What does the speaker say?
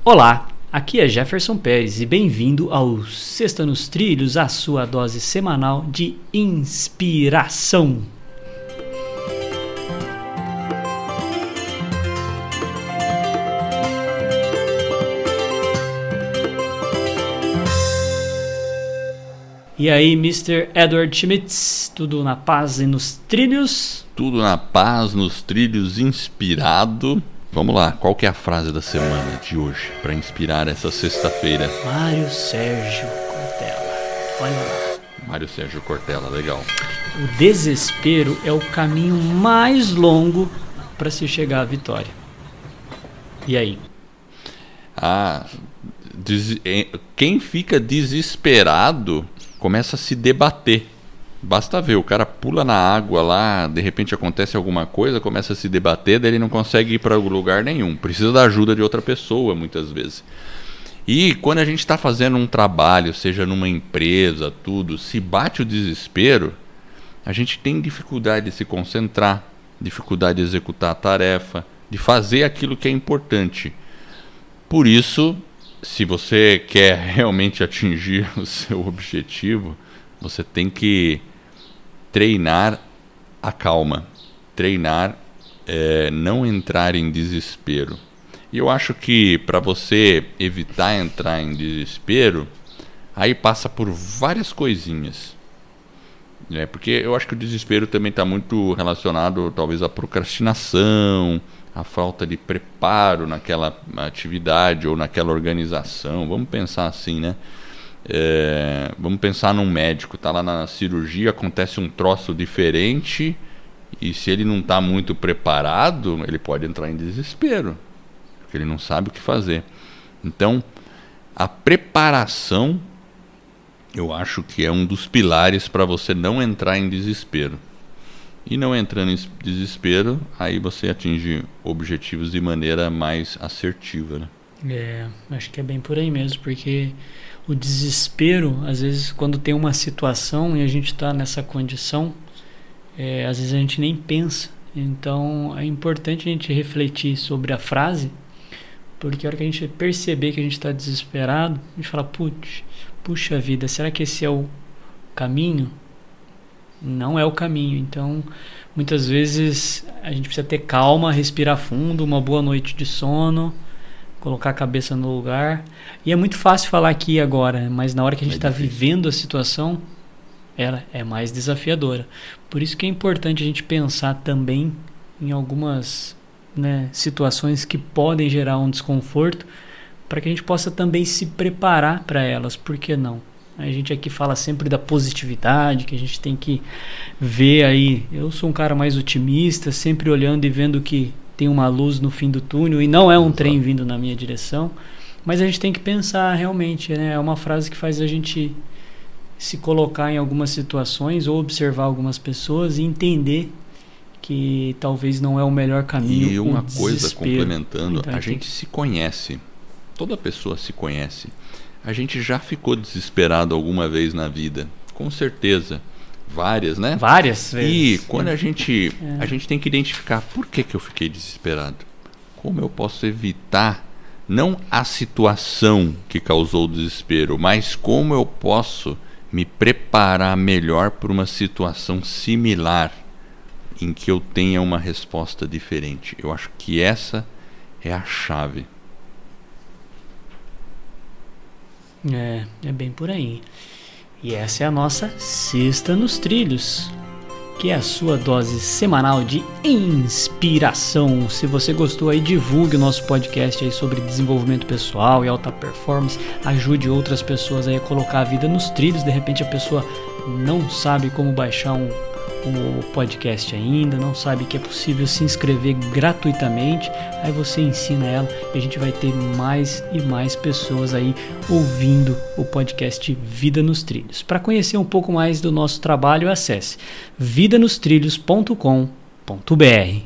Olá, aqui é Jefferson Pérez e bem-vindo ao Sexta nos Trilhos, a sua dose semanal de inspiração. E aí, Mr. Edward Schmitz, tudo na paz e nos trilhos? Tudo na paz, nos trilhos, inspirado. Vamos lá, qual que é a frase da semana de hoje, para inspirar essa sexta-feira? Mário Sérgio Cortella, olha lá. Mário Sérgio Cortella, legal. O desespero é o caminho mais longo para se chegar à vitória. E aí? Quem fica desesperado começa a se debater. Basta ver, o cara pula na água lá, de repente acontece alguma coisa, começa a se debater, daí ele não consegue ir para lugar nenhum. Precisa da ajuda de outra pessoa, muitas vezes. E quando a gente está fazendo um trabalho, seja numa empresa, tudo, se bate o desespero, a gente tem dificuldade de se concentrar, dificuldade de executar a tarefa, de fazer aquilo que é importante. Por isso, se você quer realmente atingir o seu objetivo, você tem que treinar a calma, treinar não entrar em desespero. E eu acho que para você evitar entrar em desespero, aí passa por várias coisinhas. Porque eu acho que o desespero também está muito relacionado talvez à procrastinação, à falta de preparo naquela atividade ou naquela organização. Vamos pensar assim, né? Vamos pensar num médico, tá lá na cirurgia, acontece um troço diferente e se ele não está muito preparado, ele pode entrar em desespero, porque ele não sabe o que fazer. Então, a preparação, eu acho que é um dos pilares para você não entrar em desespero. E não entrando em desespero, aí você atinge objetivos de maneira mais assertiva, né? Acho que é bem por aí mesmo, porque o desespero, às vezes, quando tem uma situação e a gente está nessa condição, às vezes a gente nem pensa. Então, é importante a gente refletir sobre a frase, porque a hora que a gente perceber que a gente está desesperado, a gente fala, puxa vida, será que esse é o caminho? Não é o caminho. Então, muitas vezes, a gente precisa ter calma, respirar fundo, uma boa noite de sono, colocar a cabeça no lugar. E é muito fácil falar aqui agora, mas na hora que a gente está vivendo a situação, ela é mais desafiadora. Por isso que é importante a gente pensar também em algumas situações que podem gerar um desconforto, para que a gente possa também se preparar para elas. Por que não? A gente aqui fala sempre da positividade, que a gente tem que ver aí. Eu sou um cara mais otimista, sempre olhando e vendo que tem uma luz no fim do túnel e não é um trem vindo na minha direção, mas a gente tem que pensar realmente, né? É uma frase que faz a gente se colocar em algumas situações ou observar algumas pessoas e entender que talvez não é o melhor caminho. E uma coisa complementando, então, a gente se conhece, toda pessoa se conhece. A gente já ficou desesperado alguma vez na vida, com certeza. Várias, né? Várias vezes. E quando a gente tem que identificar por que eu fiquei desesperado. Como eu posso evitar, não a situação que causou o desespero, mas como eu posso me preparar melhor para uma situação similar em que eu tenha uma resposta diferente. Eu acho que essa é a chave. É bem por aí. E essa é a nossa Sexta nos Trilhos, que é a sua dose semanal de inspiração. Se você gostou aí, divulgue o nosso podcast aí sobre desenvolvimento pessoal e alta performance. Ajude outras pessoas aí a colocar a vida nos trilhos. De repente a pessoa não sabe como baixar um podcast ainda, não sabe que é possível se inscrever gratuitamente, aí você ensina ela e a gente vai ter mais e mais pessoas aí ouvindo o podcast Vida nos Trilhos. Para conhecer um pouco mais do nosso trabalho, acesse vidanostrilhos.com.br.